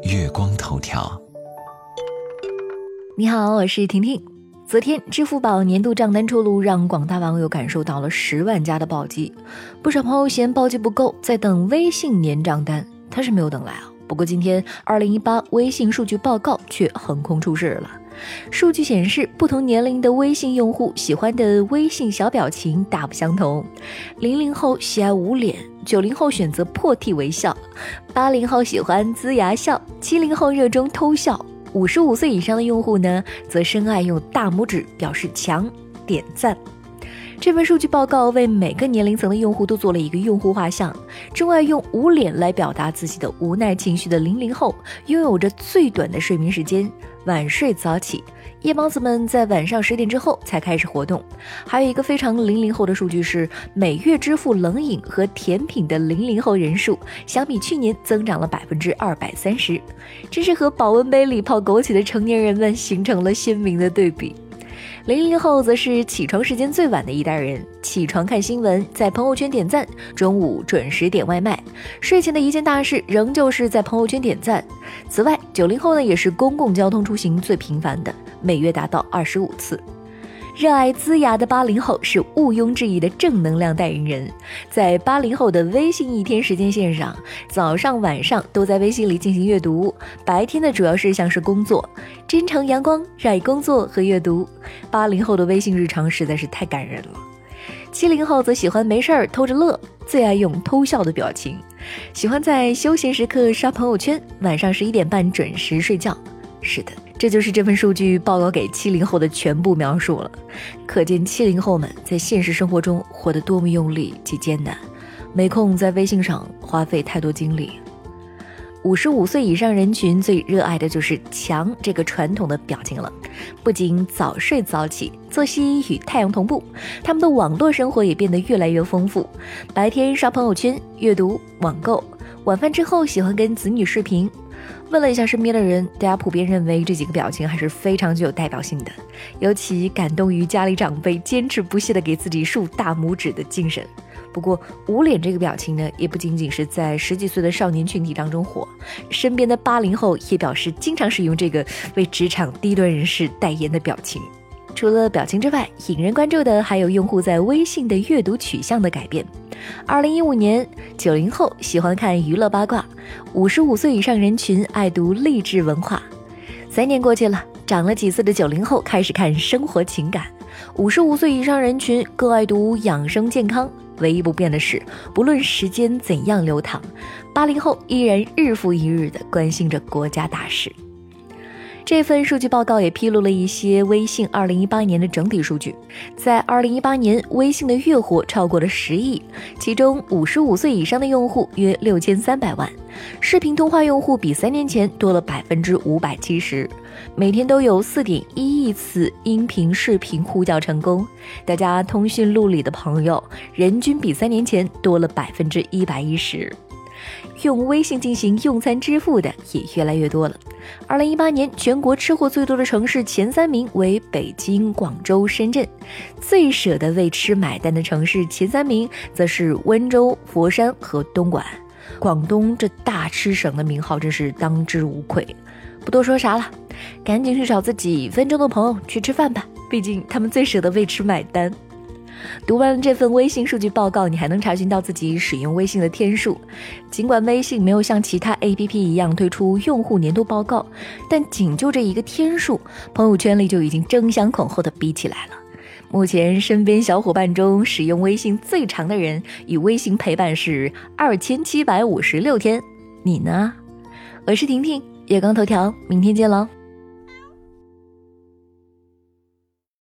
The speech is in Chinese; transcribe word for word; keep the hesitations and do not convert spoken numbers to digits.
月光头条。 你好，我是婷婷。昨天支付宝年度账单出炉，让广大网友感受到了十万加的暴击。不少朋友嫌暴击不够，在等微信年账单，他是没有等来啊。不过今天二零一八微信数据报告却横空出世了。数据显示，不同年龄的微信用户喜欢的微信小表情大不相同。零零后喜爱捂脸，九零后选择破涕为笑，八零后喜欢呲牙笑，七零后热衷偷笑。五十五岁以上的用户呢，则深爱用大拇指表示强点赞。这份数据报告为每个年龄层的用户都做了一个用户画像。钟爱用捂脸来表达自己的无奈情绪的零零后，拥有着最短的睡眠时间，晚睡早起，夜猫子们在晚上十点之后才开始活动。还有一个非常零零后的数据是，每月支付冷饮和甜品的零零后人数相比去年增长了百分之二百三十，这是和保温杯里泡枸杞的成年人们形成了鲜明的对比。零零后则是起床时间最晚的一代人，起床看新闻，在朋友圈点赞，中午准时点外卖，睡前的一件大事仍旧是在朋友圈点赞。此外，九零后呢也是公共交通出行最频繁的，每月达到二十五次。热爱呲牙的八零后是毋庸置疑的正能量代言人。在八零后的微信一天时间线上，早上晚上都在微信里进行阅读，白天的主要事项是工作，真诚阳光，热爱工作和阅读。八零后的微信日常实在是太感人了。七零后则喜欢没事儿偷着乐，最爱用偷笑的表情，喜欢在休闲时刻刷朋友圈，晚上十一点半准时睡觉。是的，这就是这份数据报告给七零后的全部描述了。可见七零后们在现实生活中活得多么用力及艰难，没空在微信上花费太多精力。五十五岁以上人群最热爱的就是强这个传统的表情了。不仅早睡早起，作息与太阳同步，他们的网络生活也变得越来越丰富。白天刷朋友圈、阅读、网购，晚饭之后喜欢跟子女视频。问了一下身边的人，大家普遍认为这几个表情还是非常具有代表性的，尤其感动于家里长辈坚持不懈地给自己竖大拇指的精神。不过捂脸这个表情呢，也不仅仅是在十几岁的少年群体当中火，身边的八零后也表示经常使用这个为职场低端人士代言的表情。除了表情之外，引人关注的还有用户在微信的阅读取向的改变。二零一五年，九零后喜欢看娱乐八卦，五十五岁以上人群爱读励志文化。三年过去了，长了几岁的九零后开始看生活情感，五十五岁以上人群更爱读养生健康。唯一不变的是，不论时间怎样流淌，八零后依然日复一日地关心着国家大事。这份数据报告也披露了一些微信二零一八年的整体数据。在二零一八年，微信的月活超过了十亿，其中五十五岁以上的用户约六千三百万，视频通话用户比三年前多了百分之五百七十，每天都有四点一亿次音频、视频呼叫成功。大家通讯录里的朋友，人均比三年前多了百分之一百一十。用微信进行用餐支付的也越来越多了。二零一八年全国吃货最多的城市前三名为北京、广州、深圳，最舍得为吃买单的城市前三名则是温州、佛山和东莞。广东这大吃省的名号真是当之无愧。不多说啥了，赶紧去找自己分钟的朋友去吃饭吧，毕竟他们最舍得为吃买单。读完了这份微信数据报告，你还能查询到自己使用微信的天数。尽管微信没有像其他 A P P 一样推出用户年度报告，但仅就这一个天数，朋友圈里就已经争相恐后的比起来了。目前身边小伙伴中使用微信最长的人与微信陪伴是二千七百五十六天，你呢？我是婷婷，月光头条，明天见喽。